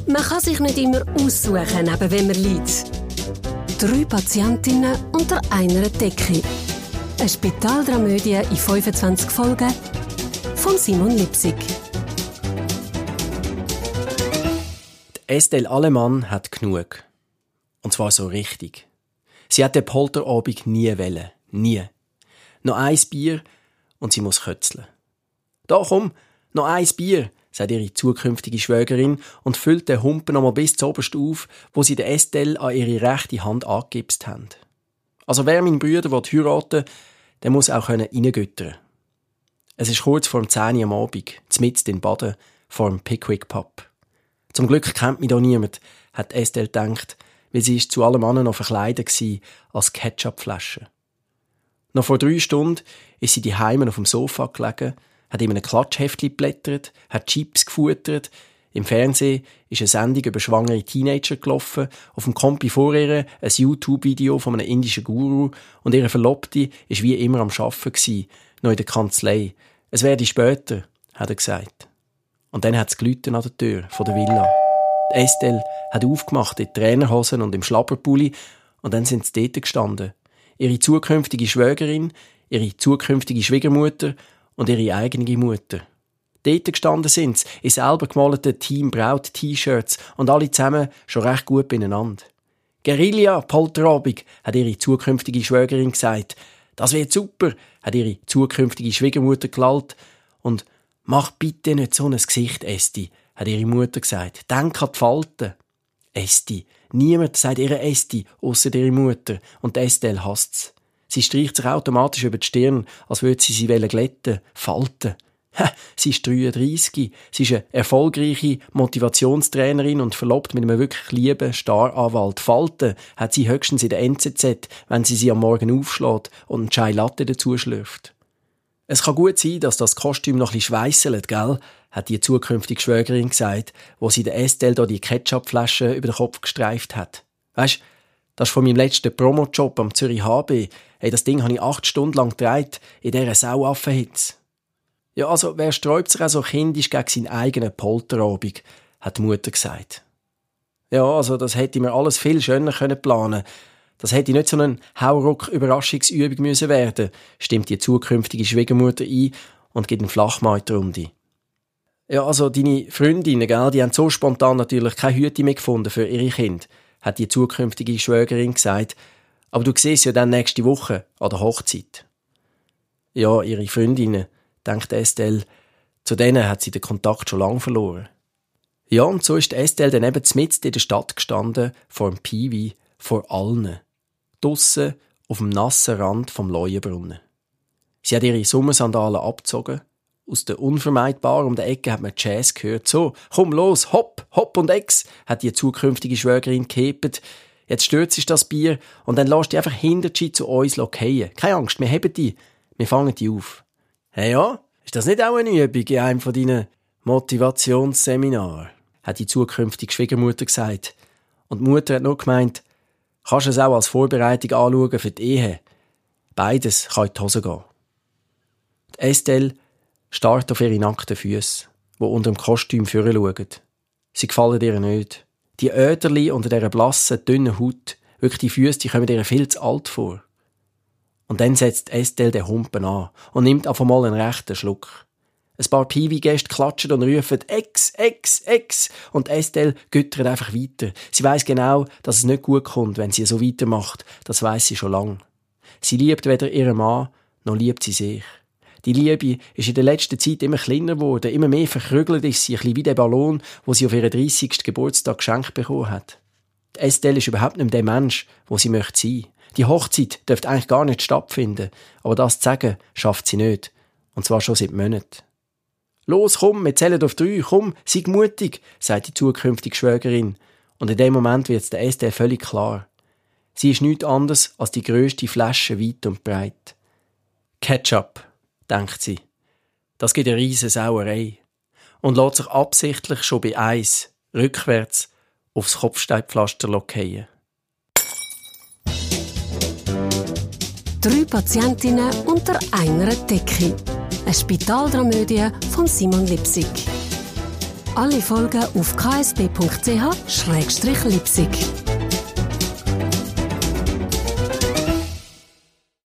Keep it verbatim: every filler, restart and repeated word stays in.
Man kann sich nicht immer aussuchen, neben wem man liegt. Drei Patientinnen unter einer Decke. Eine Spitaldramödie in fünfundzwanzig Folgen von Simon Lipsig. Estelle Allemann hat genug. Und zwar so richtig. Sie hat den Polterabend nie wollen. Nie. Noch ein Bier und sie muss kötzeln. «Da, komm, noch ein Bier», sagt ihre zukünftige Schwägerin und füllt den Humpen noch mal bis zuoberst auf, wo sie der Estelle an ihre rechte Hand angegipst haben. Also wer meinen Brüder heiraten will, der muss auch reingöttern. Es ist kurz vor dem zehn Uhr am Abend, mitten in Baden, vor dem Pickwick Pub. Zum Glück kennt mich da niemand, hat Estelle gedacht, weil sie ist zu allem anderen noch verkleidet war als Ketchupflasche. Noch vor drei Stunden ist sie daheim auf dem Sofa gelegen, hat in einem Klatschheftchen geblättert, hat Chips gefuttert. Im Fernsehen ist eine Sendung über schwangere Teenager gelaufen, auf dem Kompi vor ihr ein YouTube-Video von einem indischen Guru und ihre Verlobte war wie immer am Arbeiten, noch in der Kanzlei. Es werde später, hat er gesagt. Und dann hat es geläutet an der Tür von der Villa. Die Estelle hat aufgemacht in Trainerhosen und im Schlapperpulli und dann sind sie dort gestanden. Ihre zukünftige Schwägerin, ihre zukünftige Schwiegermutter und ihre eigene Mutter. Dort gestanden sind sie, in selber gemalten Team-Braut-T-Shirts und alle zusammen schon recht gut beieinander. «Guerilla, Polterabend», hat ihre zukünftige Schwägerin gesagt. «Das wird super», hat ihre zukünftige Schwiegermutter gelallt. Und «Mach bitte nicht so ein Gesicht, Esti», hat ihre Mutter gesagt. «Denk an die Falten». Esti. Niemand sagt ihre Esti, ausser ihre Mutter. Und Estelle hasst's. Sie streicht sich automatisch über die Stirn, als würde sie sie glätten, falten. Ha, sie ist dreiunddreissig. Sie ist eine erfolgreiche Motivationstrainerin und verlobt mit einem wirklich lieben Staranwalt. Falten hat sie höchstens in der N Z Z, wenn sie sie am Morgen aufschlägt und einen Chai Latte dazu schlürft. Es kann gut sein, dass das Kostüm noch ein bisschen schweisselt, gell? Hat die zukünftige Schwägerin gesagt, wo sie der Estelle da die Ketchupflasche über den Kopf gestreift hat. Weisst, das ist von meinem letzten Promojob am Zürich H B. Hey, das Ding habe ich acht Stunden lang gedreht, in dieser Sauaffenhitze. Ja, also, wer sträubt sich auch so kindisch gegen seinen eigenen Polterabend, hat die Mutter gesagt. Ja, also, das hätte mir alles viel schöner können planen. Das hätte nicht so eine Hauruck-Überraschungsübung müssen werden, stimmt die zukünftige Schwiegermutter ein und gibt eine Flachmeitrunde. Ja, also, deine Freundinnen, gell, die haben so spontan natürlich keine Hüte mehr gefunden für ihre Kinder, hat die zukünftige Schwägerin gesagt. Aber du siehst ja dann nächste Woche an der Hochzeit. Ja, ihre Freundinnen, denkt Estelle, zu denen hat sie den Kontakt schon lange verloren. Ja, und so ist Estelle dann eben mitten in der Stadt gestanden, vor dem Piwi, vor allen. Draussen auf dem nassen Rand vom Leuenbrunnen. Sie hat ihre Sommersandalen abgezogen. Aus der unvermeidbar um die Ecke hat man Jazz gehört. So, komm los, hopp, hopp und ex, hat die zukünftige Schwägerin gehebt. Jetzt stürzt sich das Bier und dann lässt die einfach hinterher zu uns fallen. Keine Angst, wir heben die, wir fangen die auf. Hey ja, ist das nicht auch eine Übung in einem von deinen Motivationsseminaren? Hat die zukünftige Schwiegermutter gesagt. Und die Mutter hat nur gemeint, kannst du es auch als Vorbereitung anschauen für die Ehe. Beides kann in die Hose gehen. Die Estelle starrt auf ihre nackten Füsse, die unter dem Kostüm vorausschauen. Sie gefallen ihr nicht. Die Öderli unter dieser blassen, dünnen Haut, wirklich die Füsse, die kommen ihr viel zu alt vor. Und dann setzt Estelle den Humpen an und nimmt auf einmal einen rechten Schluck. Ein paar Piwi-Gäste klatschen und rufen «Ex, Ex, Ex!» und Estelle göttert einfach weiter. Sie weiss genau, dass es nicht gut kommt, wenn sie so weitermacht. Das weiss sie schon lange. Sie liebt weder ihren Mann, noch liebt sie sich. Die Liebe ist in der letzten Zeit immer kleiner geworden, immer mehr verkrügelt ist sie, ein bisschen wie der Ballon, wo sie auf ihren dreißigsten Geburtstag geschenkt bekommen hat. Die Estelle ist überhaupt nicht der Mensch, wo sie möchte sein. Die Hochzeit dürfte eigentlich gar nicht stattfinden, aber das zu sagen, schafft sie nicht. Und zwar schon seit Monaten. «Los, komm, wir zählen auf drei, komm, sei mutig», sagt die zukünftige Schwägerin. Und in dem Moment wird es der Estelle völlig klar. Sie ist nichts anderes als die grösste Flasche weit und breit. Ketchup, denkt sie. Das gibt eine riesen Sauerei. Und lässt sich absichtlich schon bei eins, rückwärts, aufs Kopfsteinpflaster fallen. Drei Patientinnen unter einer Decke. Eine Spitaldramödie von Simon Lipsig. Alle Folgen auf k s b punkt c h schrägstrich leipzig.